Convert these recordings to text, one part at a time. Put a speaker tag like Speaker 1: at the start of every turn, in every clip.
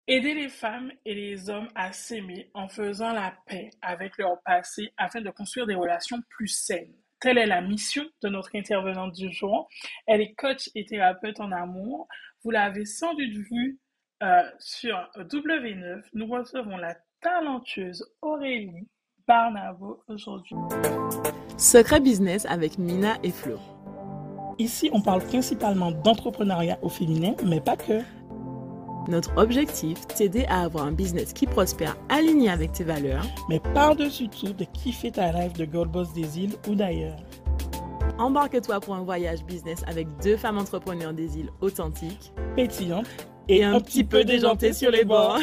Speaker 1: Aider les femmes et les hommes à s'aimer en faisant la paix avec leur passé afin de construire des relations plus saines. Telle est la mission de notre intervenante du jour. Elle est coach et thérapeute en amour. Vous l'avez sans doute vu sur W9. Nous recevons la talentueuse Aurélie Barnabo aujourd'hui.
Speaker 2: Secret Business avec Mina et Flo.
Speaker 1: Ici, on parle principalement d'entrepreneuriat au féminin, mais pas que.
Speaker 2: Notre objectif, t'aider à avoir un business qui prospère aligné avec tes valeurs.
Speaker 1: Mais par-dessus tout, de kiffer ta life de Gold Boss des îles ou d'ailleurs.
Speaker 2: Embarque-toi pour un voyage business avec 2 femmes entrepreneurs des îles authentiques,
Speaker 1: Pétillantes
Speaker 2: et un petit peu déjantées sur les bords.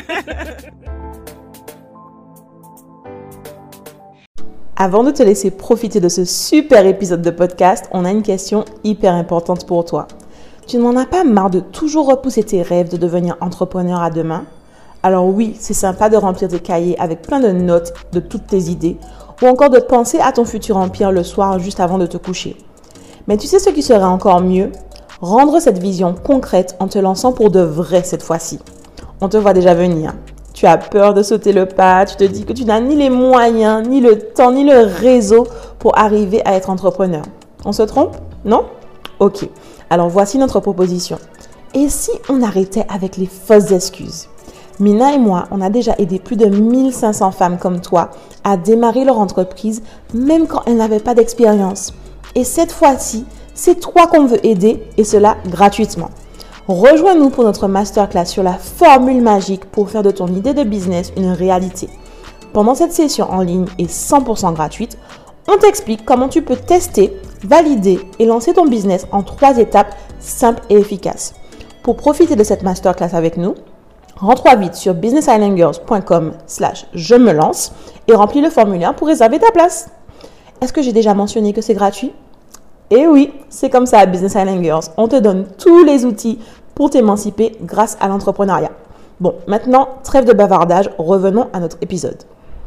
Speaker 3: Avant de te laisser profiter de ce super épisode de podcast, on a une question hyper importante pour toi. Tu n'en as pas marre de toujours repousser tes rêves de devenir entrepreneur à demain? Alors oui, c'est sympa de remplir tes cahiers avec plein de notes de toutes tes idées ou encore de penser à ton futur empire le soir juste avant de te coucher. Mais tu sais ce qui serait encore mieux? Rendre cette vision concrète en te lançant pour de vrai cette fois-ci. On te voit déjà venir. Tu as peur de sauter le pas, tu te dis que tu n'as ni les moyens, ni le temps, ni le réseau pour arriver à être entrepreneur. On se trompe? Non? Ok. Alors voici notre proposition. Et si on arrêtait avec les fausses excuses? Mina et moi, on a déjà aidé plus de 1500 femmes comme toi à démarrer leur entreprise même quand elles n'avaient pas d'expérience. Et cette fois-ci, c'est toi qu'on veut aider et cela gratuitement. Rejoins-nous pour notre masterclass sur la formule magique pour faire de ton idée de business une réalité. Pendant cette session en ligne et 100% gratuite, on t'explique comment tu peux tester, valider et lancer ton business en 3 étapes simples et efficaces. Pour profiter de cette masterclass avec nous, rends-toi vite sur businessislandgirls.com/je me lance et remplis le formulaire pour réserver ta place. Est-ce que j'ai déjà mentionné que c'est gratuit? Eh oui, c'est comme ça à Business Island Girls. On te donne tous les outils pour t'émanciper grâce à l'entrepreneuriat. Bon, maintenant, trêve de bavardage, revenons à notre épisode.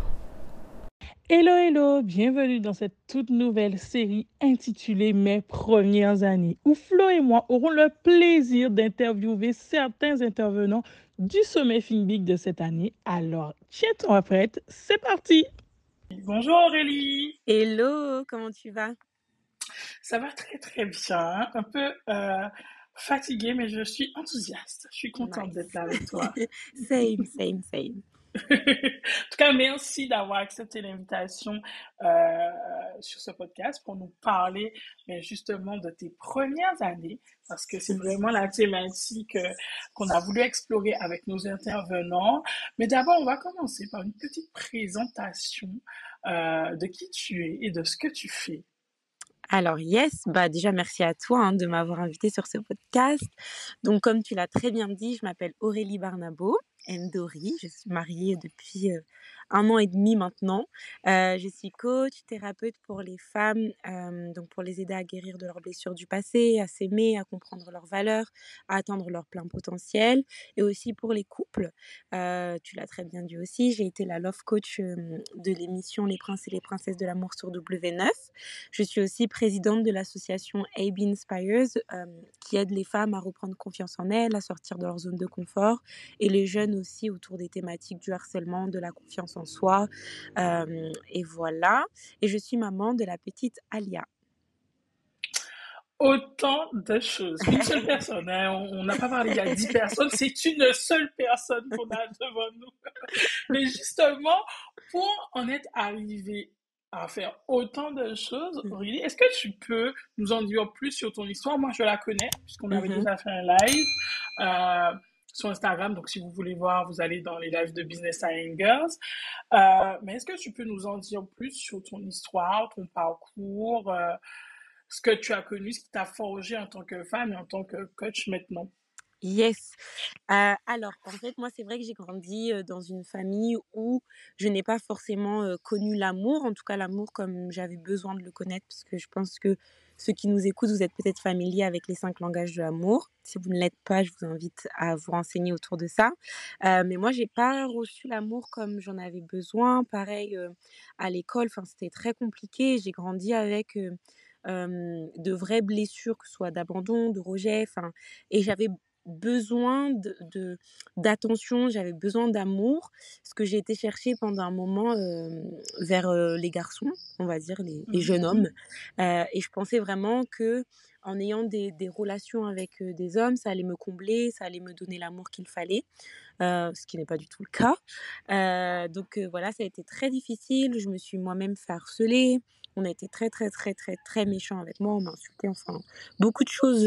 Speaker 1: Hello, hello, bienvenue dans cette toute nouvelle série intitulée Mes premières années, où Flo et moi aurons le plaisir d'interviewer certains intervenants du sommet FinBig de cette année. Alors, tiens-toi prête, c'est parti! Bonjour Aurélie!
Speaker 4: Hello, comment tu vas?
Speaker 1: Ça va très très bien, un peu fatiguée, mais je suis enthousiaste. Je suis contente d'être là avec toi.
Speaker 4: Same, same, same.
Speaker 1: En tout cas, merci d'avoir accepté l'invitation euh, sur ce podcast pour nous parler mais justement de tes premières années, parce que c'est vraiment la thématique qu'on a voulu explorer avec nos intervenants. Mais d'abord, on va commencer par une petite présentation de qui tu es et de ce que tu fais.
Speaker 4: Alors yes, bah déjà merci à toi de m'avoir invité sur ce podcast. Donc comme tu l'as très bien dit, je m'appelle Aurélie Barnabo, Ndori. Je suis mariée depuis 1 an et demi maintenant. Je suis coach, thérapeute pour les femmes, donc pour les aider à guérir de leurs blessures du passé, à s'aimer, à comprendre leurs valeurs, à atteindre leur plein potentiel, et aussi pour les couples. Tu l'as très bien dit aussi, j'ai été la love coach de l'émission Les Princes et les Princesses de l'amour sur W9. Je suis aussi présidente de l'association AB Inspires, qui aide les femmes à reprendre confiance en elles, à sortir de leur zone de confort, et les jeunes aussi autour des thématiques du harcèlement, de la confiance en soi. Et voilà. Et je suis maman de la petite Alia.
Speaker 1: Autant de choses. Une seule personne, hein. On n'a pas parlé, il y a 10 personnes, c'est une seule personne qu'on a devant nous. Mais justement, pour en être arrivé à faire autant de choses, Aurélie, est-ce que tu peux nous en dire plus sur ton histoire? Moi, je la connais, puisqu'on avait
Speaker 4: Mhm.
Speaker 1: déjà fait un live sur Instagram. Donc, si vous voulez voir, vous allez dans les lives de Business Island Girls. Mais est-ce que tu peux nous en dire plus sur ton histoire, ton parcours, ce que tu as connu, ce qui t'a forgé en tant que femme et en tant que coach maintenant?
Speaker 4: Yes. Alors, en fait, moi, c'est vrai que j'ai grandi dans une famille où je n'ai pas forcément connu l'amour, en tout cas l'amour comme j'avais besoin de le connaître, parce que je pense que ceux qui nous écoutent, vous êtes peut-être familiers avec les 5 langages de l'amour. Si vous ne l'êtes pas, je vous invite à vous renseigner autour de ça. Mais moi, j'ai pas reçu l'amour comme j'en avais besoin. Pareil, à l'école, enfin, c'était très compliqué. J'ai grandi avec de vraies blessures, que ce soit d'abandon, de rejet, enfin, et j'avais besoin d'attention, j'avais besoin d'amour, ce que j'ai été chercher pendant un moment, vers, les garçons, on va dire les jeunes hommes. Et je pensais vraiment qu'en ayant des relations avec, des hommes, ça allait me combler, ça allait me donner l'amour qu'il fallait, ce qui n'est pas du tout le cas. Donc voilà, ça a été très difficile. Je me suis moi-même fait harceler. On a été très, très, très, très, très méchants avec moi. On m'a insultée, enfin, beaucoup de choses,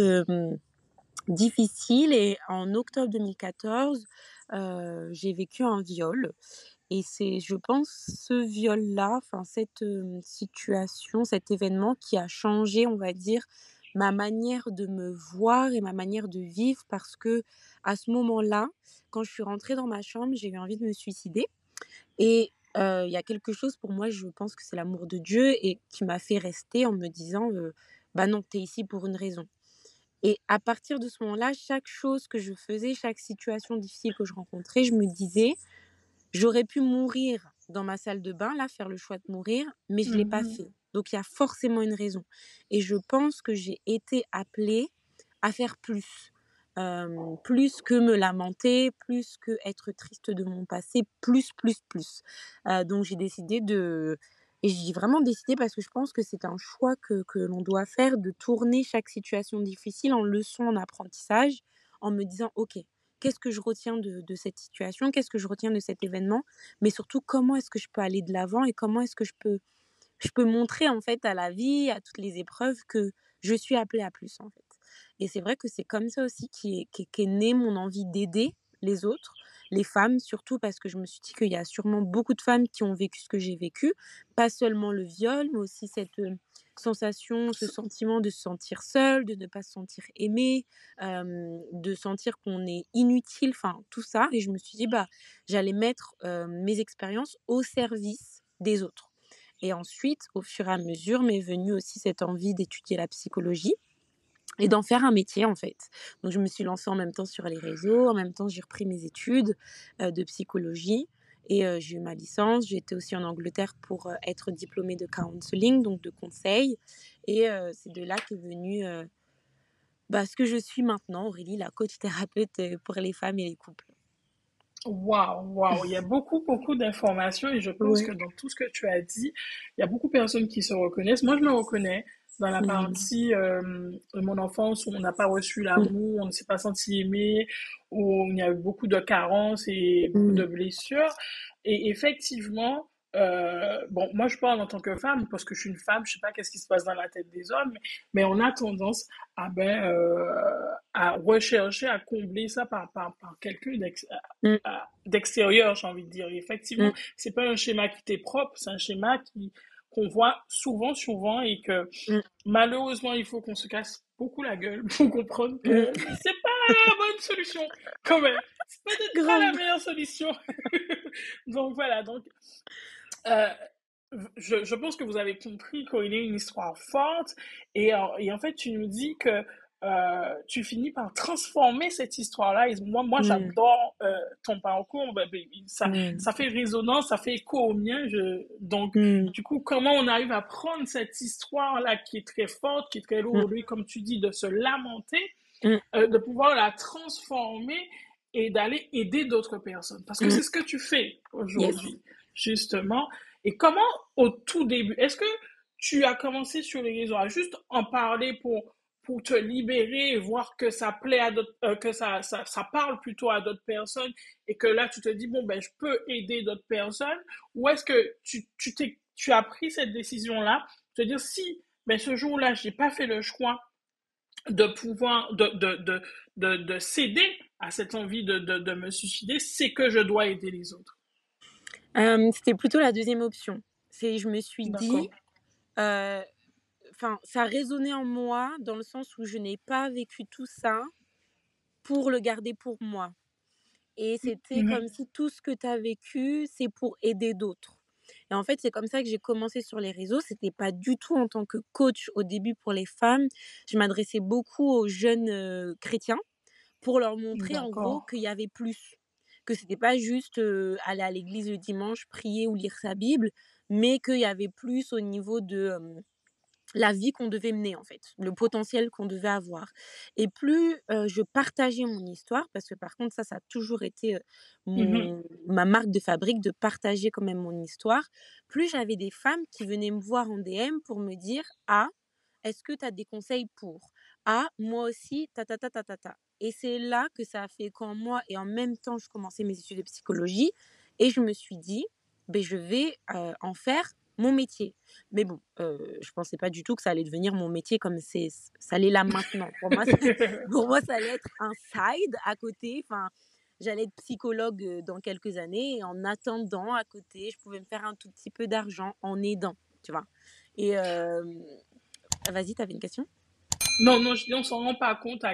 Speaker 4: difficiles. Et en octobre 2014, j'ai vécu un viol. Et c'est, je pense, ce viol-là, enfin cette, situation, cet événement qui a changé, on va dire, ma manière de me voir et ma manière de vivre parce que à ce moment-là, quand je suis rentrée dans ma chambre, j'ai eu envie de me suicider. Et il y a quelque chose pour moi, je pense que c'est l'amour de Dieu et qui m'a fait rester en me disant, «Bah non, tu es ici pour une raison». Et à partir de ce moment-là, chaque chose que je faisais, chaque situation difficile que je rencontrais, je me disais: «J'aurais pu mourir dans ma salle de bain, là, faire le choix de mourir, mais je l'ai pas
Speaker 1: Mhm.
Speaker 4: fait. Donc il y a forcément une raison». Et je pense que j'ai été appelée à faire plus. Plus que me lamenter, plus que être triste de mon passé, plus, plus, plus. Donc j'ai décidé de et j'ai vraiment décidé parce que je pense que c'est un choix que l'on doit faire, de tourner chaque situation difficile en leçon, en apprentissage, en me disant: «OK, qu'est-ce que je retiens de cette situation? Qu'est-ce que je retiens de cet événement? Mais surtout, comment est-ce que je peux aller de l'avant et comment est-ce que je peux montrer en fait à la vie, à toutes les épreuves que je suis appelée à plus en fait». Et c'est vrai que c'est comme ça aussi qu'est née mon envie d'aider les autres, les femmes surtout parce que je me suis dit qu'il y a sûrement beaucoup de femmes qui ont vécu ce que j'ai vécu, pas seulement le viol, mais aussi cette sensation, ce sentiment de se sentir seule, de ne pas se sentir aimée, de sentir qu'on est inutile, enfin tout ça. Et je me suis dit, bah, j'allais mettre mes expériences au service des autres. Et ensuite, au fur et à mesure, m'est venue aussi cette envie d'étudier la psychologie et d'en faire un métier, en fait. Donc je me suis lancée en même temps sur les réseaux, en même temps j'ai repris mes études, de psychologie. Et j'ai eu ma licence. J'ai été aussi en Angleterre pour, être diplômée de counselling, donc de conseil. Et c'est de là qu'est venu, bah, ce que je suis maintenant, Aurélie, la coach thérapeute, pour les femmes et les couples.
Speaker 1: Waouh, waouh, il y a beaucoup, beaucoup d'informations et je pense que
Speaker 4: Ouais.
Speaker 1: dans tout ce que tu as dit, il y a beaucoup de personnes qui se reconnaissent. Moi, je me reconnais dans la
Speaker 4: Mmh.
Speaker 1: partie de mon enfance où on n'a pas reçu
Speaker 4: Mmh.
Speaker 1: l'amour, on ne s'est pas senti aimé, où il y a eu beaucoup de carences et beaucoup
Speaker 4: Mmh.
Speaker 1: de blessures. Et effectivement, bon, moi je parle en tant que femme parce que je suis une femme, je sais pas qu'est-ce qui se passe dans la tête des hommes, mais on a tendance à rechercher, à combler ça par quelqu'un
Speaker 4: Mmh.
Speaker 1: d'extérieur, j'ai envie de dire. Et effectivement,
Speaker 4: Mmh.
Speaker 1: c'est pas un schéma qui t'est propre, c'est un schéma qu'on voit souvent, souvent, et que
Speaker 4: Mmh.
Speaker 1: malheureusement, il faut qu'on se casse beaucoup la gueule pour comprendre
Speaker 4: Mmh.
Speaker 1: que c'est pas la bonne solution, quand même. C'est peut-être pas la
Speaker 4: Grave.
Speaker 1: meilleure solution. Donc voilà, donc euh, je pense que vous avez compris qu'il est une histoire forte et en fait tu nous dis que tu finis par transformer cette histoire-là. Et moi
Speaker 4: Mmh.
Speaker 1: j'adore ton parcours.
Speaker 4: Mmh.
Speaker 1: Ça fait résonance, ça fait écho au mien. Donc,
Speaker 4: Mmh.
Speaker 1: du coup, comment on arrive à prendre cette histoire-là qui est très forte, qui est très
Speaker 4: Mmh.
Speaker 1: lourde, comme tu dis, de se lamenter,
Speaker 4: Mmh.
Speaker 1: de pouvoir la transformer et d'aller aider d'autres personnes. Parce que
Speaker 4: Mmh.
Speaker 1: c'est ce que tu fais
Speaker 4: Yes.
Speaker 1: aujourd'hui, justement. Et comment, au tout début, est-ce que tu as commencé sur les réseaux à juste en parler pour te libérer et voir que ça plaît à d'autres, que ça parle plutôt à d'autres personnes et que là, tu te dis, bon, ben, je peux aider d'autres personnes? Ou est-ce que tu as pris cette décision-là, de te dire, si, ben, ce jour-là, j'ai pas fait le choix de pouvoir de céder à cette envie de me suicider, c'est que je dois aider les autres.
Speaker 4: C'était plutôt la deuxième option. C'est je me suis dit,
Speaker 1: D'accord.
Speaker 4: heu, enfin, ça résonnait en moi dans le sens où je n'ai pas vécu tout ça pour le garder pour moi. Et c'était
Speaker 1: Mhm.
Speaker 4: comme si tout ce que tu as vécu, c'est pour aider d'autres. Et en fait, c'est comme ça que j'ai commencé sur les réseaux. C'était pas du tout en tant que coach au début pour les femmes. Je m'adressais beaucoup aux jeunes, chrétiens pour leur montrer en gros
Speaker 1: D'accord.
Speaker 4: qu'il y avait plus. Que c'était pas juste, aller à l'église le dimanche, prier ou lire sa Bible, mais qu'il y avait plus au niveau de, la vie qu'on devait mener en fait, le potentiel qu'on devait avoir. Et plus je partageais mon histoire, parce que par contre ça a toujours été
Speaker 1: Mhm.
Speaker 4: ma marque de fabrique, de partager quand même mon histoire, plus j'avais des femmes qui venaient me voir en DM pour me dire: «Ah, est-ce que tu as des conseils pour? Ah, moi aussi, ta ta ta ta ta ta». Et c'est là que ça a fait qu'en moi et en même temps je commençais mes études de psychologie et je me suis dit: ben je vais en faire mon métier». Mais bon, je pensais pas du tout que ça allait devenir mon métier comme ça l'est là maintenant. Pour moi, pour moi, ça allait être un side à côté. Enfin, j'allais être psychologue dans quelques années et en attendant, à côté, je pouvais me faire un tout petit peu d'argent en aidant, tu vois. Et vas-y, t'avais une question?
Speaker 1: Non, non, je dis, on s'en rend pas compte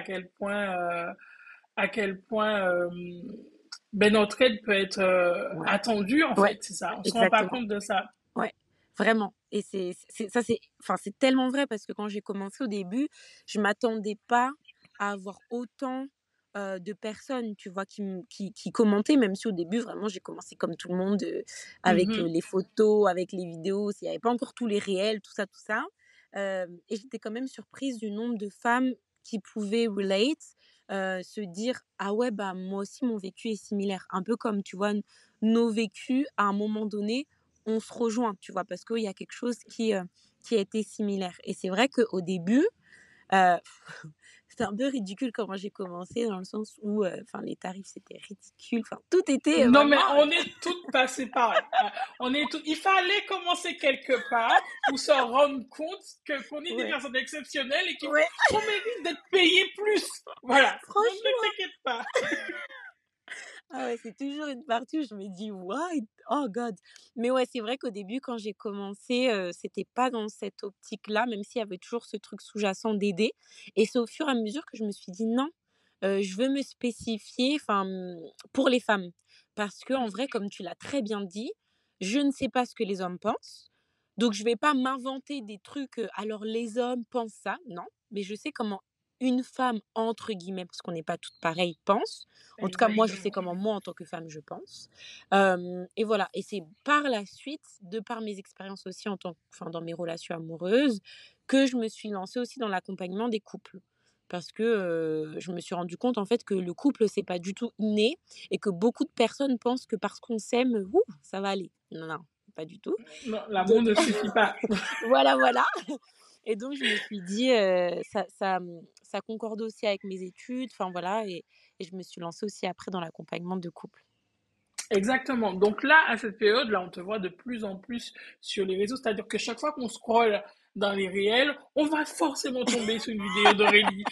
Speaker 1: à quel point ben, notre aide peut être
Speaker 4: Ouais,
Speaker 1: attendue, en
Speaker 4: ouais,
Speaker 1: fait, c'est ça. On se rend pas
Speaker 4: exactement.
Speaker 1: compte de ça.
Speaker 4: Ouais, vraiment. Et ça, enfin, c'est tellement vrai parce que quand j'ai commencé au début, je m'attendais pas à avoir autant de personnes, tu vois, qui commentaient, même si au début, vraiment, j'ai commencé comme tout le monde, avec
Speaker 1: Mhm.
Speaker 4: les photos, avec les vidéos, il n'y avait pas encore tous les réels, tout ça, tout ça. Et j'étais quand même surprise du nombre de femmes qui pouvaient relate, se dire, ah ouais, bah moi aussi, mon vécu est similaire. Un peu comme, tu vois, nos vécus, à un moment donné, on se rejoint, tu vois, parce qu'il y a quelque chose qui a été similaire. Et c'est vrai qu'au début, euh, c'était un peu ridicule comment j'ai commencé, dans le sens où enfin les tarifs, c'était ridicule. Enfin, tout était
Speaker 1: Non, mais
Speaker 4: vraiment...
Speaker 1: on est toutes passées par là. Il fallait commencer quelque part pour se rendre compte qu'on est des
Speaker 4: Ouais,
Speaker 1: personnes exceptionnelles et
Speaker 4: ouais,
Speaker 1: qu'on mérite d'être payé plus. Voilà. Donc ne
Speaker 4: franchement.
Speaker 1: t'inquiète pas.
Speaker 4: Ah ouais, c'est toujours une partie où je me dis: «Why? Oh God!» Mais ouais, c'est vrai qu'au début, quand j'ai commencé, c'était pas dans cette optique-là, même s'il y avait toujours ce truc sous-jacent d'aider. Et c'est au fur et à mesure que je me suis dit: «Non, je veux me spécifier, enfin, pour les femmes». Parce que en vrai, comme tu l'as très bien dit, je ne sais pas ce que les hommes pensent, donc je vais pas m'inventer des trucs, «Alors les hommes pensent ça», non, mais je sais comment une femme, entre guillemets, parce qu'on n'est pas toutes pareilles, pense. En tout cas, moi, je sais
Speaker 1: Exactement.
Speaker 4: comment moi, en tant que femme, je pense. Et voilà. Et c'est par la suite, de par mes expériences aussi enfin, dans mes relations amoureuses, que je me suis lancée aussi dans l'accompagnement des couples. Parce que je me suis rendu compte en fait que le couple, c'est pas du tout inné et que beaucoup de personnes pensent que parce qu'on s'aime, ouh, ça va aller. Non, non, pas du tout.
Speaker 1: Non, l'amour
Speaker 4: Donc
Speaker 1: ne suffit pas.
Speaker 4: voilà, voilà. Et donc, je me suis dit, ça concorde aussi avec mes études, enfin voilà, et je me suis lancée aussi après dans l'accompagnement de couple.
Speaker 1: Exactement. Donc là, à cette période-là, on te voit de plus en plus sur les réseaux. C'est-à-dire que chaque fois qu'on scrolle dans les réels, on va forcément tomber sur une vidéo d'Aurélie.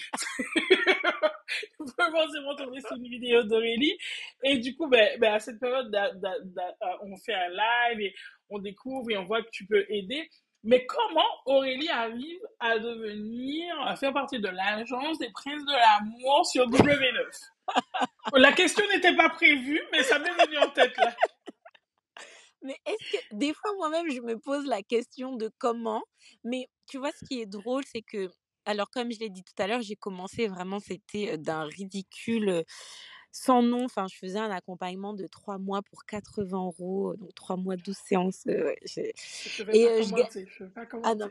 Speaker 1: On va forcément tomber sur une vidéo d'Aurélie. Et du coup, à cette période, on fait un live et on découvre et on voit que tu peux aider. Mais comment Aurélie arrive à faire partie de l'agence des princes de l'amour sur W9? La question n'était pas prévue, mais ça m'est venu en tête là.
Speaker 4: Mais est-ce que des fois moi-même je me pose la question de comment, mais tu vois ce qui est drôle, c'est que, alors comme je l'ai dit tout à l'heure, j'ai commencé vraiment, c'était d'un ridicule sans nom. Enfin, je faisais un accompagnement de 3 mois pour 80 €, donc 3 mois, 12 séances. Ouais,
Speaker 1: Je vais
Speaker 4: et
Speaker 1: pas
Speaker 4: je
Speaker 1: commenter, je vais pas
Speaker 4: ah non,
Speaker 1: commenter.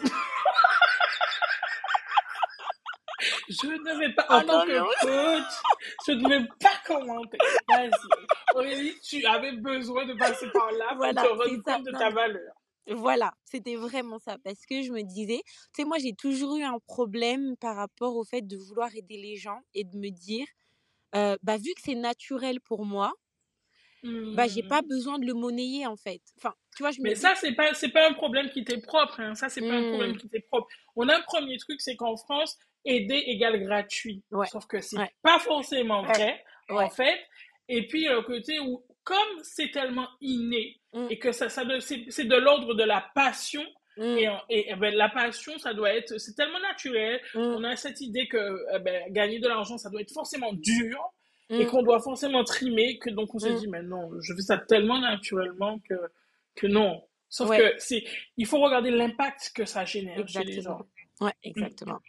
Speaker 1: Je ne vais pas,
Speaker 4: ah
Speaker 1: en tant
Speaker 4: non,
Speaker 1: que coach, je ne vais pas commenter. Vas-y. Aurélie, tu avais besoin de passer par là pour te
Speaker 4: voilà, c'est
Speaker 1: rendre
Speaker 4: ça.
Speaker 1: compte de
Speaker 4: Non,
Speaker 1: ta
Speaker 4: mais
Speaker 1: valeur.
Speaker 4: voilà, c'était vraiment ça, parce que je me disais, tu sais, moi j'ai toujours eu un problème par rapport au fait de vouloir aider les gens et de me dire, bah, vu que c'est naturel pour moi, bah, j'ai pas
Speaker 1: Hmm.
Speaker 4: besoin de le monnayer, en fait. Enfin, tu vois, je me
Speaker 1: Mais
Speaker 4: dis,
Speaker 1: ça, c'est pas un problème qui t'est propre, hein. Ça, c'est pas un problème
Speaker 4: mmh,
Speaker 1: qui t'est propre. On a un premier truc, c'est qu'en France, aider égale gratuit.
Speaker 4: ouais,
Speaker 1: Sauf que c'est
Speaker 4: ouais,
Speaker 1: pas forcément
Speaker 4: ouais,
Speaker 1: vrai, en
Speaker 4: ouais,
Speaker 1: fait. Et puis, le côté où, comme c'est tellement inné,
Speaker 4: mmh,
Speaker 1: et que c'est de l'ordre de la passion,
Speaker 4: mmh,
Speaker 1: la passion, c'est tellement naturel.
Speaker 4: mmh,
Speaker 1: On a cette idée que, gagner de l'argent, ça doit être forcément dur, et
Speaker 4: mmh,
Speaker 1: qu'on doit forcément trimer, que donc on se
Speaker 4: mmh,
Speaker 1: dit, mais non, je fais ça tellement naturellement que non. Sauf
Speaker 4: ouais,
Speaker 1: que il faut regarder l'impact que ça génère chez les
Speaker 4: exactement.
Speaker 1: gens.
Speaker 4: Ouais,
Speaker 1: Mm.
Speaker 4: exactement.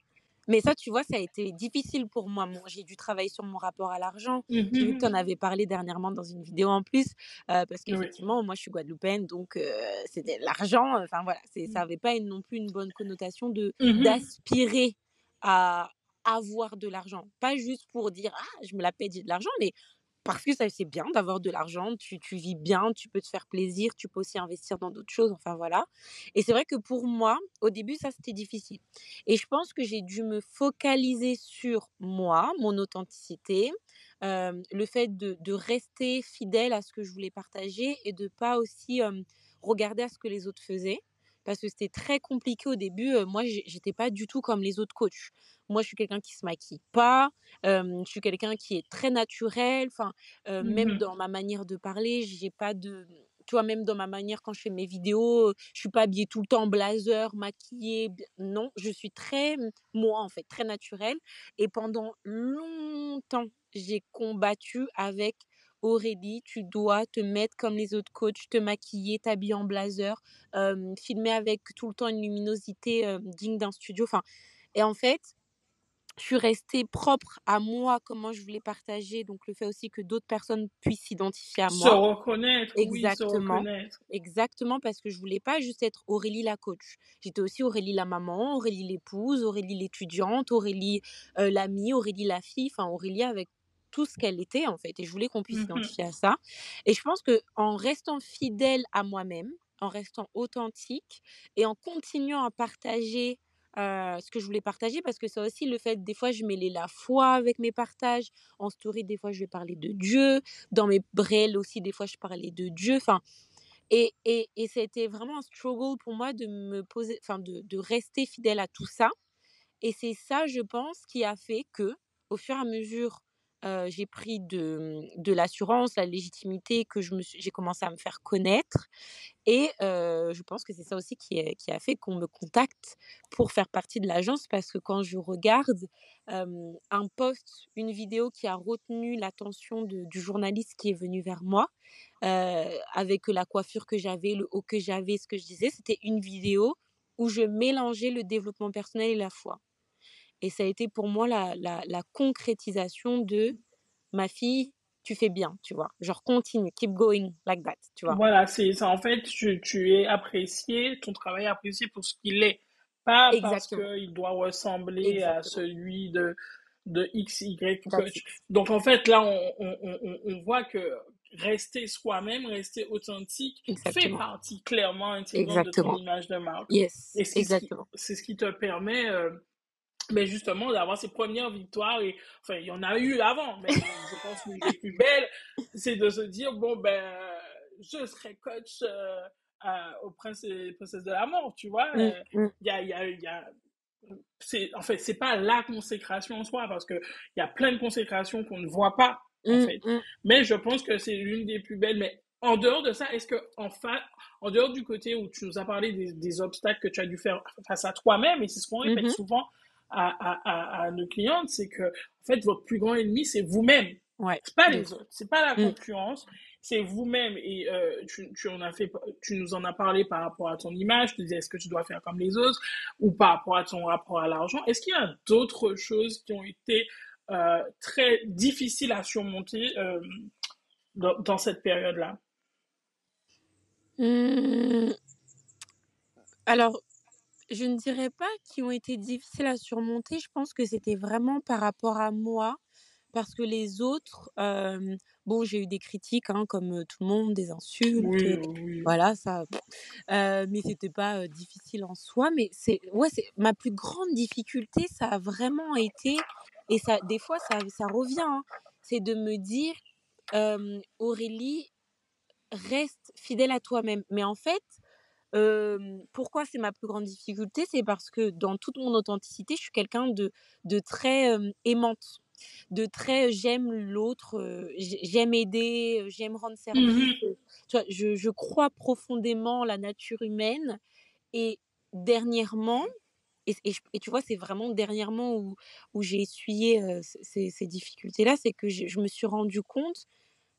Speaker 4: Mais ça, tu vois, ça a été difficile pour moi. J'ai dû travailler sur mon rapport à l'argent. J'ai vu que tu en
Speaker 1: Mhm.
Speaker 4: avais parlé dernièrement dans une vidéo en plus, parce
Speaker 1: Oui.
Speaker 4: qu'effectivement, moi, je suis guadeloupéenne, donc c'était l'argent. Enfin voilà, ça avait pas non plus une bonne connotation de
Speaker 1: Mhm.
Speaker 4: d'aspirer à avoir de l'argent. Pas juste pour dire ah, je me la paie, j'ai de l'argent, mais parce que ça c'est bien d'avoir de l'argent, tu vis bien, tu peux te faire plaisir, tu peux aussi investir dans d'autres choses, enfin voilà. Et c'est vrai que pour moi, au début, ça c'était difficile. Et je pense que j'ai dû me focaliser sur moi, mon authenticité, le fait de rester fidèle à ce que je voulais partager et de pas aussi regarder à ce que les autres faisaient. Parce que c'était très compliqué au début. Moi, j'étais pas du tout comme les autres coachs. Moi, je suis quelqu'un qui se maquille pas. Je suis quelqu'un qui est très naturel. Enfin, même
Speaker 1: Mhm.
Speaker 4: dans ma manière de parler, j'ai pas de tu vois, même dans ma manière quand je fais mes vidéos, je suis pas habillée tout le temps en blazer, maquillée, non, je suis très, moi, en fait, très naturelle et pendant longtemps, j'ai combattu avec: «Aurélie, tu dois te mettre comme les autres coachs, te maquiller, t'habiller en blazer, filmer avec tout le temps une luminosité, digne d'un studio», enfin et en fait, je suis restée propre à moi, comment je voulais partager, donc le fait aussi que d'autres personnes puissent s'identifier à
Speaker 1: Se
Speaker 4: moi.
Speaker 1: reconnaître, oui, se
Speaker 4: Exactement,
Speaker 1: reconnaître.
Speaker 4: exactement, parce que je voulais pas juste être Aurélie la coach. J'étais aussi Aurélie la maman, Aurélie l'épouse, Aurélie l'étudiante, Aurélie, l'amie, Aurélie la fille, enfin Aurélie avec tout ce qu'elle était, en fait et je voulais qu'on puisse
Speaker 1: Mhm.
Speaker 4: s'identifier à ça et je pense que en restant fidèle à moi-même, en restant authentique et en continuant à partager, ce que je voulais partager parce que c'est aussi le fait des fois je mêlais la foi avec mes partages. En story, des fois, je vais parler de Dieu. Dans mes réels aussi, des fois, je parlais de Dieu. Enfin, et c'était vraiment un struggle pour moi de me poser, enfin, de rester fidèle à tout ça. Et c'est ça, je pense, qui a fait que, au fur et à mesure, j'ai pris de l'assurance, la légitimité, que j'ai commencé à me faire connaître. Et je pense que c'est ça aussi qui a fait qu'on me contacte pour faire partie de l'agence parce que quand je regarde, un post, une vidéo qui a retenu l'attention du journaliste qui est venu vers moi, avec la coiffure que j'avais, le haut que j'avais, ce que je disais, c'était une vidéo où je mélangeais le développement personnel et la foi. Et ça a été pour moi la concrétisation de: «Ma fille, tu fais bien», tu vois? Genre continue, keep going like that, tu vois?
Speaker 1: Voilà, c'est ça. En fait, tu es apprécié, ton travail est apprécié pour ce qu'il est, pas parce
Speaker 4: Exactement,
Speaker 1: qu'il doit ressembler à
Speaker 4: exactement.
Speaker 1: celui de X, Y
Speaker 4: That's
Speaker 1: coach. Donc, en fait, là, on voit que rester soi-même, rester authentique, fait
Speaker 4: Exactement,
Speaker 1: partie clairement intégrante de ton
Speaker 4: exactement.
Speaker 1: image de marque.
Speaker 4: Yes,
Speaker 1: Et
Speaker 4: exactement.
Speaker 1: c'est ce qui te permet mais justement, d'avoir ses premières victoires, et enfin, il y en a eu avant, mais je pense que l'une des plus belles, c'est de se dire, bon, ben, je serai coach au Prince et Princesse de la Mort, tu vois.
Speaker 4: Mmh, mmh,
Speaker 1: Il y a, en fait, c'est pas la consécration en soi, parce que il y a plein de consécrations qu'on ne voit pas, en
Speaker 4: mmh,
Speaker 1: fait.
Speaker 4: mmh,
Speaker 1: Mais je pense que c'est l'une des plus belles. Mais en dehors de ça, est-ce que, enfin, en dehors du côté où tu nous as parlé des obstacles que tu as dû faire face à toi-même, et c'est ce qu'on répète
Speaker 4: mmh.
Speaker 1: souvent à nos clientes, c'est que, en fait, votre plus grand ennemi, c'est vous-même.
Speaker 4: Ouais,
Speaker 1: C'est pas
Speaker 4: de
Speaker 1: les
Speaker 4: ouf.
Speaker 1: autres, c'est pas la
Speaker 4: Mmh,
Speaker 1: concurrence, c'est vous-même. Et tu nous en as parlé par rapport à ton image, tu disais est-ce que tu dois faire comme les autres, ou par rapport à ton rapport à l'argent. Est-ce qu'il y a d'autres choses qui ont été très difficiles à surmonter dans cette période-là?
Speaker 4: mmh. Alors, je ne dirais pas qu'ils ont été difficiles à surmonter, je pense que c'était vraiment par rapport à moi. Parce que les autres, bon, j'ai eu des critiques, hein, comme, tout le monde, des insultes,
Speaker 1: Oui, oui.
Speaker 4: voilà, ça, mais c'était pas, difficile en soi. Mais c'est ma plus grande difficulté, ça a vraiment été et ça des fois ça revient, hein, c'est de me dire, «Aurélie, reste fidèle à toi-même». Mais en fait, pourquoi c'est ma plus grande difficulté? C'est parce que dans toute mon authenticité, je suis quelqu'un de très, aimante, de très, j'aime l'autre, j'aime aider, j'aime rendre service,
Speaker 1: Mhm.
Speaker 4: tu vois? Je crois profondément la nature humaine et dernièrement et tu vois, c'est vraiment dernièrement où j'ai essuyé, ces difficultés-là, c'est que je me suis rendu compte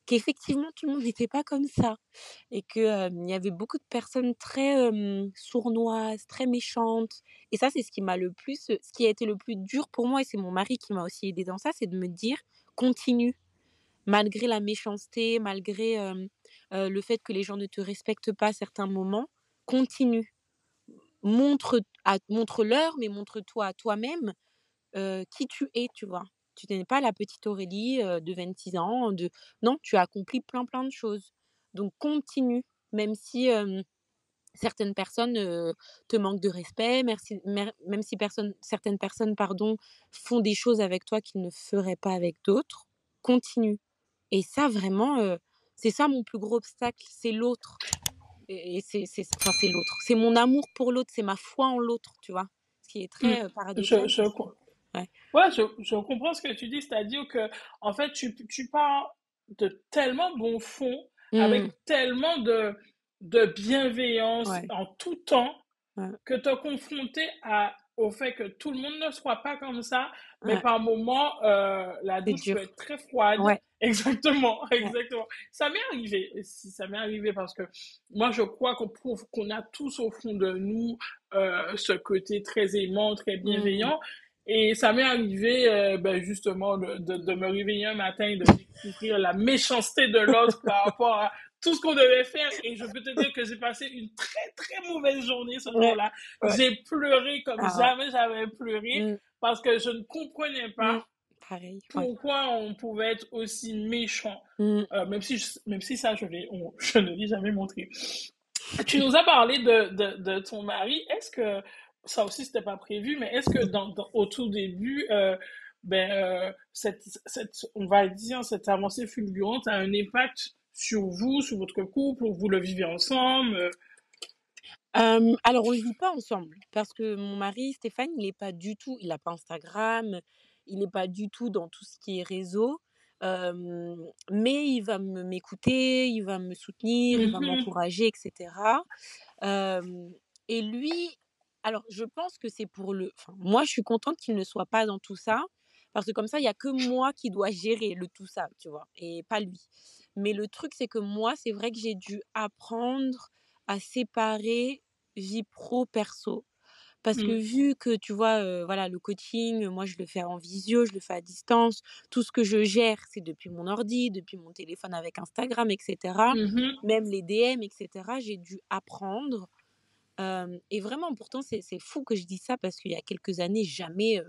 Speaker 4: qu'effectivement tout le monde n'était pas comme ça et que, il y avait beaucoup de personnes très, sournoises, très méchantes et ça, c'est ce qui m'a le plus, ce qui a été le plus dur pour moi et c'est mon mari qui m'a aussi aidée dans ça, c'est de me dire: «Continue, malgré la méchanceté, malgré, le fait que les gens ne te respectent pas à certains moments, continue. Montre-leur, mais montre-toi à toi-même, qui tu es», tu vois? Tu n'es pas la petite Aurélie, de 26 ans, non, tu as accompli plein, plein de choses. Donc continue, même si, certaines personnes, te manquent de respect, même si certaines personnes, pardon, font des choses avec toi qu'ils ne feraient pas avec d'autres, continue. Et ça vraiment, c'est ça mon plus gros obstacle, c'est l'autre et c'est l'autre. C'est mon amour pour l'autre, c'est ma foi en l'autre, tu vois? Ce qui est
Speaker 1: Mm.
Speaker 4: très,
Speaker 1: Je,
Speaker 4: paradoxal
Speaker 1: je,
Speaker 4: parce que ouais.
Speaker 1: ouais, je comprends ce que tu dis, c'est-à-dire que, en fait, tu pars de tellement bon fond,
Speaker 4: Mmh.
Speaker 1: avec tellement de bienveillance
Speaker 4: Ouais,
Speaker 1: en tout temps,
Speaker 4: ouais,
Speaker 1: que te confronter au fait que tout le monde ne soit pas comme ça, mais
Speaker 4: ouais,
Speaker 1: par moments, la
Speaker 4: c'est
Speaker 1: douche peut
Speaker 4: dur.
Speaker 1: être très froide.
Speaker 4: Ouais,
Speaker 1: Exactement,
Speaker 4: ouais.
Speaker 1: exactement. Ça m'est arrivé, si ça m'est arrivé parce que moi je crois qu'on prouve qu'on a tous au fond de nous ce côté très aimant, très
Speaker 4: Mmh.
Speaker 1: bienveillant. Et ça m'est arrivé ben justement de me réveiller un matin et de découvrir la méchanceté de l'autre par rapport à tout ce qu'on devait faire. Et je peux te dire que j'ai passé une très très mauvaise journée ce
Speaker 4: Ouais,
Speaker 1: jour-là.
Speaker 4: ouais.
Speaker 1: J'ai pleuré comme
Speaker 4: Ah ouais.
Speaker 1: jamais j'avais pleuré
Speaker 4: Mmh,
Speaker 1: parce que je ne comprenais
Speaker 4: mmh.
Speaker 1: pas
Speaker 4: Pareil, ouais.
Speaker 1: pourquoi on pouvait être aussi méchant.
Speaker 4: Mmh.
Speaker 1: Même si ça, je ne l'ai jamais montré. Tu nous as parlé de ton mari. Est-ce que, ça aussi, c'était pas prévu, mais est-ce que au tout début, on va dire, cette avancée fulgurante a un impact sur vous, sur votre couple, ou vous le vivez ensemble?
Speaker 4: Alors on ne vit pas ensemble parce que mon mari Stéphane, il a pas Instagram, il est pas du tout dans tout ce qui est réseau, mais il va m'écouter, il va me soutenir, il va
Speaker 1: Mhm,
Speaker 4: m'encourager et cetera. Hem et lui, alors je pense que c'est moi je suis contente qu'il ne soit pas dans tout ça, parce que comme ça, il y a que moi qui dois gérer le tout ça, tu vois? Et pas lui. Mais le truc, c'est que moi, c'est vrai que j'ai dû apprendre à séparer vie pro, perso. Parce que
Speaker 1: mm,
Speaker 4: vu que tu vois, voilà, le coaching, moi je le fais en visio, je le fais à distance. Tout ce que je gère, c'est depuis mon ordi, depuis mon téléphone avec Instagram et cetera.
Speaker 1: mhm,
Speaker 4: Même les DM et cetera, j'ai dû apprendre. Et vraiment pourtant c'est fou que je dise ça parce qu'il y a quelques années, jamais,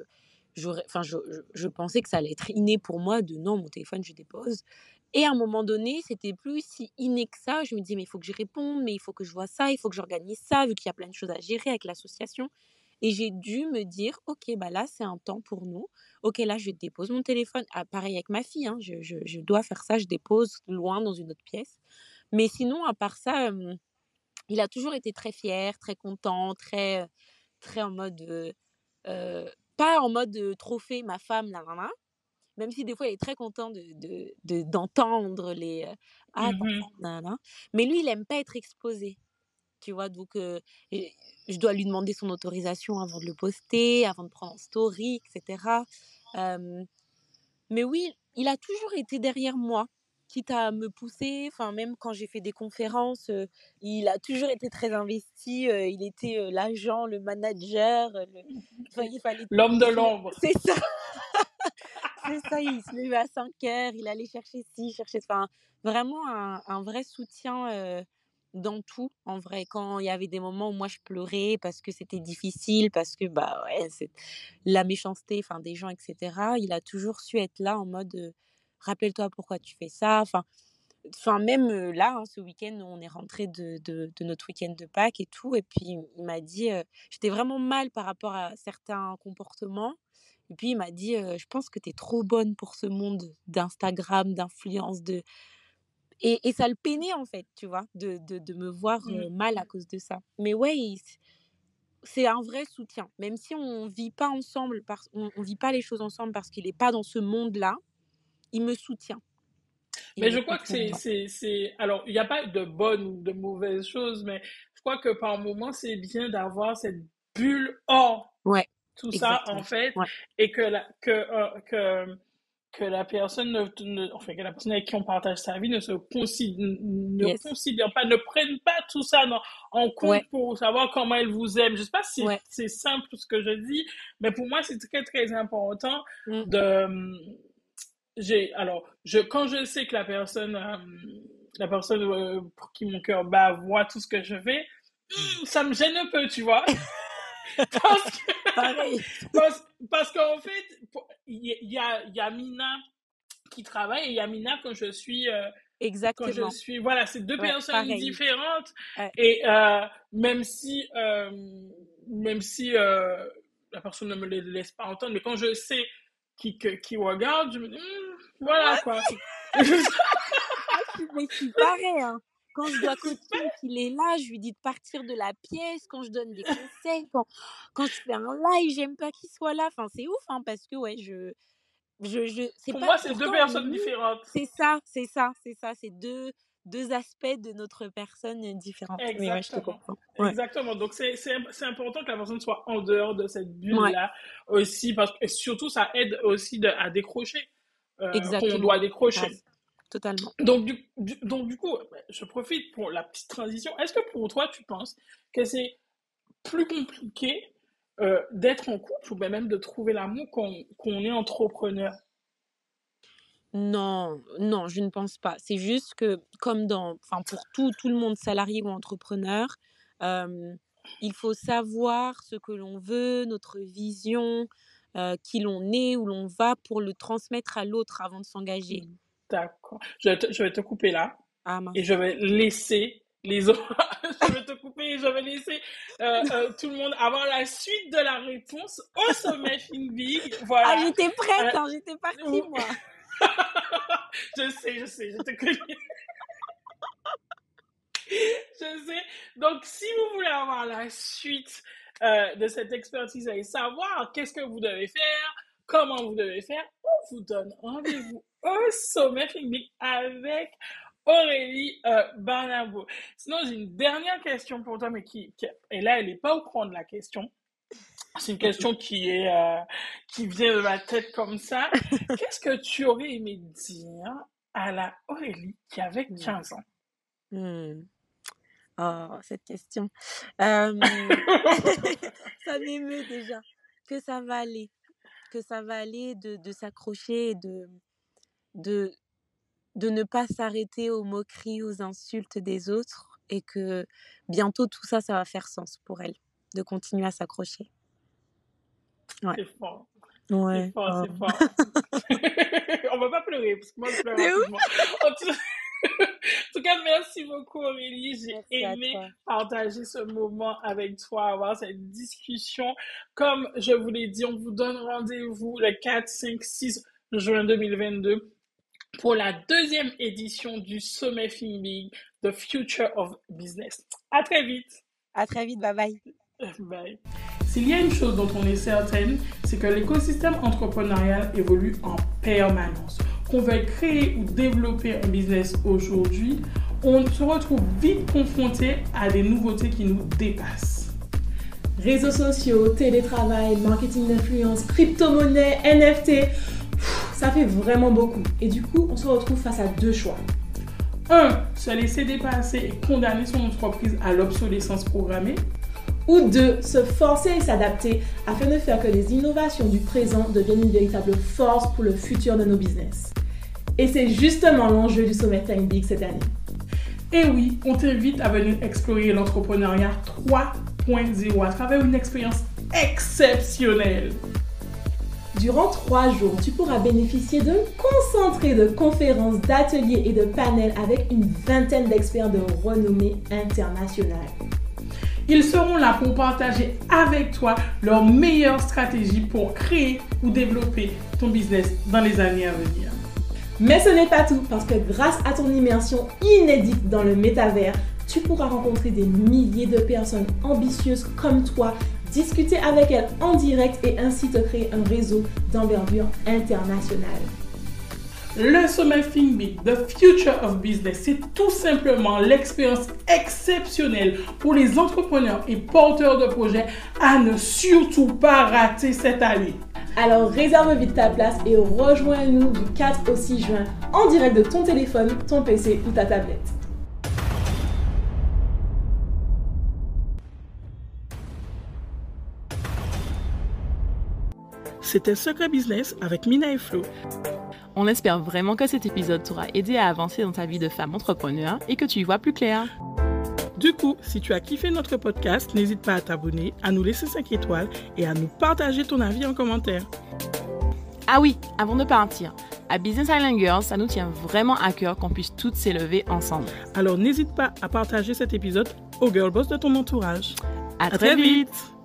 Speaker 4: je pensais que ça allait être inné pour moi de: «Non, mon téléphone, je dépose». Et à un moment donné, c'était plus si inné que ça. Je me disais: «Mais il faut que je réponde, mais il faut que je vois ça, il faut que j'organise ça», vu qu'il y a plein de choses à gérer avec l'association. Et j'ai dû me dire: «OK, bah, là, c'est un temps pour nous. OK, là, je dépose mon téléphone». Ah, pareil avec ma fille, hein, je dois faire ça, je dépose loin dans une autre pièce. Mais sinon, à part ça, il a toujours été très fier, très content, très, très en mode, pas en mode, trophée, ma femme, na na même si des fois il est très content d'entendre les, «Ah ta
Speaker 1: mhm.
Speaker 4: femme, na mais lui il aime pas être exposé, tu vois? Donc et je dois lui demander son autorisation avant de le poster, avant de prendre en story et cetera. Hem Mais oui, il a toujours été derrière moi, quitte à me pousser, enfin même quand j'ai fait des conférences, il a toujours été très investi, il était, l'agent, le manager, le enfin il fallait
Speaker 1: L'homme
Speaker 4: il
Speaker 1: de
Speaker 4: se lè
Speaker 1: l'ombre.
Speaker 4: c'est ça, c'est ça, il se levait à 5 heures, il allait chercher ci, chercher enfin vraiment un vrai soutien, dans tout en vrai. Quand il y avait des moments où moi je pleurais parce que c'était difficile, parce que, bah, ouais, c'est la méchanceté, enfin des gens et cetera, il a toujours su être là en mode, «Rappelle-toi pourquoi tu fais ça», enfin même, là, hein, ce week-end, on est rentrés de notre week-end de Pâques et tout et puis il m'a dit, j'étais vraiment mal par rapport à certains comportements et puis il m'a dit, «Je pense que tu es trop bonne pour ce monde d'Instagram, d'influence, de» et ça le peinait en fait, tu vois? De me voir,
Speaker 1: Mm.
Speaker 4: mal à cause de ça. Mais ouais, c'est un vrai soutien. Même si on vit pas ensemble on vit pas les choses ensemble parce qu'il est pas dans ce monde-là, il me soutient. Il
Speaker 1: Mais
Speaker 4: me
Speaker 1: je crois que
Speaker 4: soutient, ouais.
Speaker 1: alors, il n'y a pas de bonnes ou de mauvaises choses, mais je crois que par moment, c'est bien d'avoir cette bulle hors
Speaker 4: Ouais,
Speaker 1: tout ça, en
Speaker 4: exactement.
Speaker 1: fait,
Speaker 4: Ouais.
Speaker 1: et que la personne enfin, que la personne avec qui on partage sa vie
Speaker 4: Yes.
Speaker 1: considère pas, ne prenne pas tout ça en compte
Speaker 4: Ouais,
Speaker 1: pour savoir comment elle vous aime. Je sais pas si
Speaker 4: ouais.
Speaker 1: c'est simple ce que je dis, mais pour moi, c'est très, très important
Speaker 4: Mm.
Speaker 1: de, quand je sais que la personne pour qui mon cœur bat voit tout ce que je fais, ça me gêne un peu, tu vois. Parce que,
Speaker 4: Pareil.
Speaker 1: parce qu'en fait, il y a Mina qui travaille et il y a Mina quand je suis,
Speaker 4: Exactement.
Speaker 1: voilà, c'est deux
Speaker 4: Ouais,
Speaker 1: personnes
Speaker 4: pareil.
Speaker 1: différentes.
Speaker 4: Ouais.
Speaker 1: Et même si la personne ne me le laisse pas entendre, mais quand je sais qui regarde, je me dis, voilà quoi.
Speaker 4: Mais je suis pareil, hein. Quand je dois coacher et qu'il est là, je lui dis de partir de la pièce. Quand je donne des conseils, quand je fais un live, j'aime pas qu'il soit là. Enfin, c'est ouf, hein, parce que ouais, c'est
Speaker 1: Pour
Speaker 4: pas,
Speaker 1: moi, c'est deux
Speaker 4: pourtant,
Speaker 1: personnes différentes.
Speaker 4: c'est ça. C'est deux aspects de notre personne différentes. Mais ouais, je te
Speaker 1: Exactement.
Speaker 4: comprends. Ouais.
Speaker 1: Exactement. Donc, c'est important que la personne soit en dehors de cette
Speaker 4: Ouais,
Speaker 1: bulle-là aussi, parce que surtout, ça aide aussi à décrocher, qu'on
Speaker 4: exactement.
Speaker 1: doit décrocher.
Speaker 4: Grave. Totalement.
Speaker 1: Donc, du coup, je profite pour la petite transition. Est-ce que pour toi, tu penses que c'est plus compliqué d'être en couple ou bien même de trouver l'amour qu'on est entrepreneur?
Speaker 4: Non, non, je ne pense pas. C'est juste que, comme enfin, pour tout le monde, salarié ou entrepreneur, euh, il faut savoir ce que l'on veut, notre vision, qui l'on est, où l'on va pour le transmettre à l'autre avant de s'engager.
Speaker 1: D'accord. Je vais te couper là
Speaker 4: Ah
Speaker 1: et
Speaker 4: mince.
Speaker 1: je vais laisser les autres. Je vais te couper et je vais laisser tout le monde avoir la suite de la réponse au sommet Think Big.
Speaker 4: Ah,
Speaker 1: Voilà.
Speaker 4: j'étais prête,
Speaker 1: Euh,
Speaker 4: hein, j'étais partie,
Speaker 1: ou-
Speaker 4: moi.
Speaker 1: je sais, je te connais. Je sais. Donc, si vous voulez avoir la suite de cette expertise et savoir qu'est-ce que vous devez faire, comment vous devez faire, on vous donne rendez-vous au sommet Think Big avec Aurélie Barnabo. Sinon, j'ai une dernière question pour toi, mais et là, elle n'est pas au courant de la question. C'est une question qui vient de ma tête comme ça. Qu'est-ce que tu aurais aimé dire à la Aurélie qui avait 15 ans?
Speaker 4: Hmm. Oh, cette question. Ça m'émeut déjà. Que ça va aller. Que ça va aller de s'accrocher et de ne pas s'arrêter aux moqueries, aux insultes des autres et que bientôt tout ça, ça va faire sens pour elle, de continuer à s'accrocher. Ouais.
Speaker 1: C'est fort.
Speaker 4: Ouais.
Speaker 1: C'est fort,
Speaker 4: Oh.
Speaker 1: c'est fort. On va pas pleurer, parce que moi, je pleure
Speaker 4: C'est ouf.
Speaker 1: rapidement. En tout cas, merci beaucoup, Aurélie. J'ai
Speaker 4: Merci à
Speaker 1: aimé
Speaker 4: toi.
Speaker 1: partager ce moment avec toi, avoir cette discussion. Comme je vous l'ai dit, on vous donne rendez-vous le 4, 5, 6 juin 2022 pour la deuxième édition du Sommet Think Big, The Future of Business. À très vite.
Speaker 4: À très vite. Bye bye.
Speaker 1: Bye. S'il y a une chose dont on est certaine, c'est que l'écosystème entrepreneurial évolue en permanence. Qu'on veuille créer ou développer un business aujourd'hui, on se retrouve vite confronté à des nouveautés qui nous dépassent.
Speaker 3: Réseaux sociaux, télétravail, marketing d'influence, crypto-monnaie, NFT, ça fait vraiment beaucoup. Et du coup, on se retrouve face à deux choix.
Speaker 1: 1. Se laisser dépasser et condamner son entreprise à l'obsolescence programmée.
Speaker 3: Ou 2. Se forcer et s'adapter afin de faire que les innovations du présent deviennent une véritable force pour le futur de nos business. Et c'est justement l'enjeu du Sommet Think Big cette année.
Speaker 1: Et oui, on t'invite à venir explorer l'entrepreneuriat 3.0 à travers une expérience exceptionnelle.
Speaker 3: Durant 3 jours, tu pourras bénéficier d'un concentré de conférences, d'ateliers et de panels avec une vingtaine d'experts de renommée internationale.
Speaker 1: Ils seront là pour partager avec toi leurs meilleures stratégies pour créer ou développer ton business dans les années à venir.
Speaker 3: Mais ce n'est pas tout, parce que grâce à ton immersion inédite dans le métavers, tu pourras rencontrer des milliers de personnes ambitieuses comme toi, discuter avec elles en direct et ainsi te créer un réseau d'envergure internationale.
Speaker 1: Le Sommet Think Big, The Future of Business, c'est tout simplement l'expérience exceptionnelle pour les entrepreneurs et porteurs de projets à ne surtout pas rater cette année.
Speaker 3: Alors réserve vite ta place et rejoins-nous du 4 au 6 juin en direct de ton téléphone, ton PC ou ta tablette.
Speaker 1: C'était Secret Business avec Mina et Flo.
Speaker 2: On espère vraiment que cet épisode t'aura aidé à avancer dans ta vie de femme entrepreneur et que tu y vois plus clair.
Speaker 1: Du coup, si tu as kiffé notre podcast, n'hésite pas à t'abonner, à nous laisser 5 étoiles et à nous partager ton avis en commentaire.
Speaker 2: Ah oui, avant de partir, à Business Island Girls, ça nous tient vraiment à cœur qu'on puisse toutes s'élever ensemble.
Speaker 1: Alors n'hésite pas à partager cet épisode aux girl boss de ton entourage.
Speaker 2: À très vite.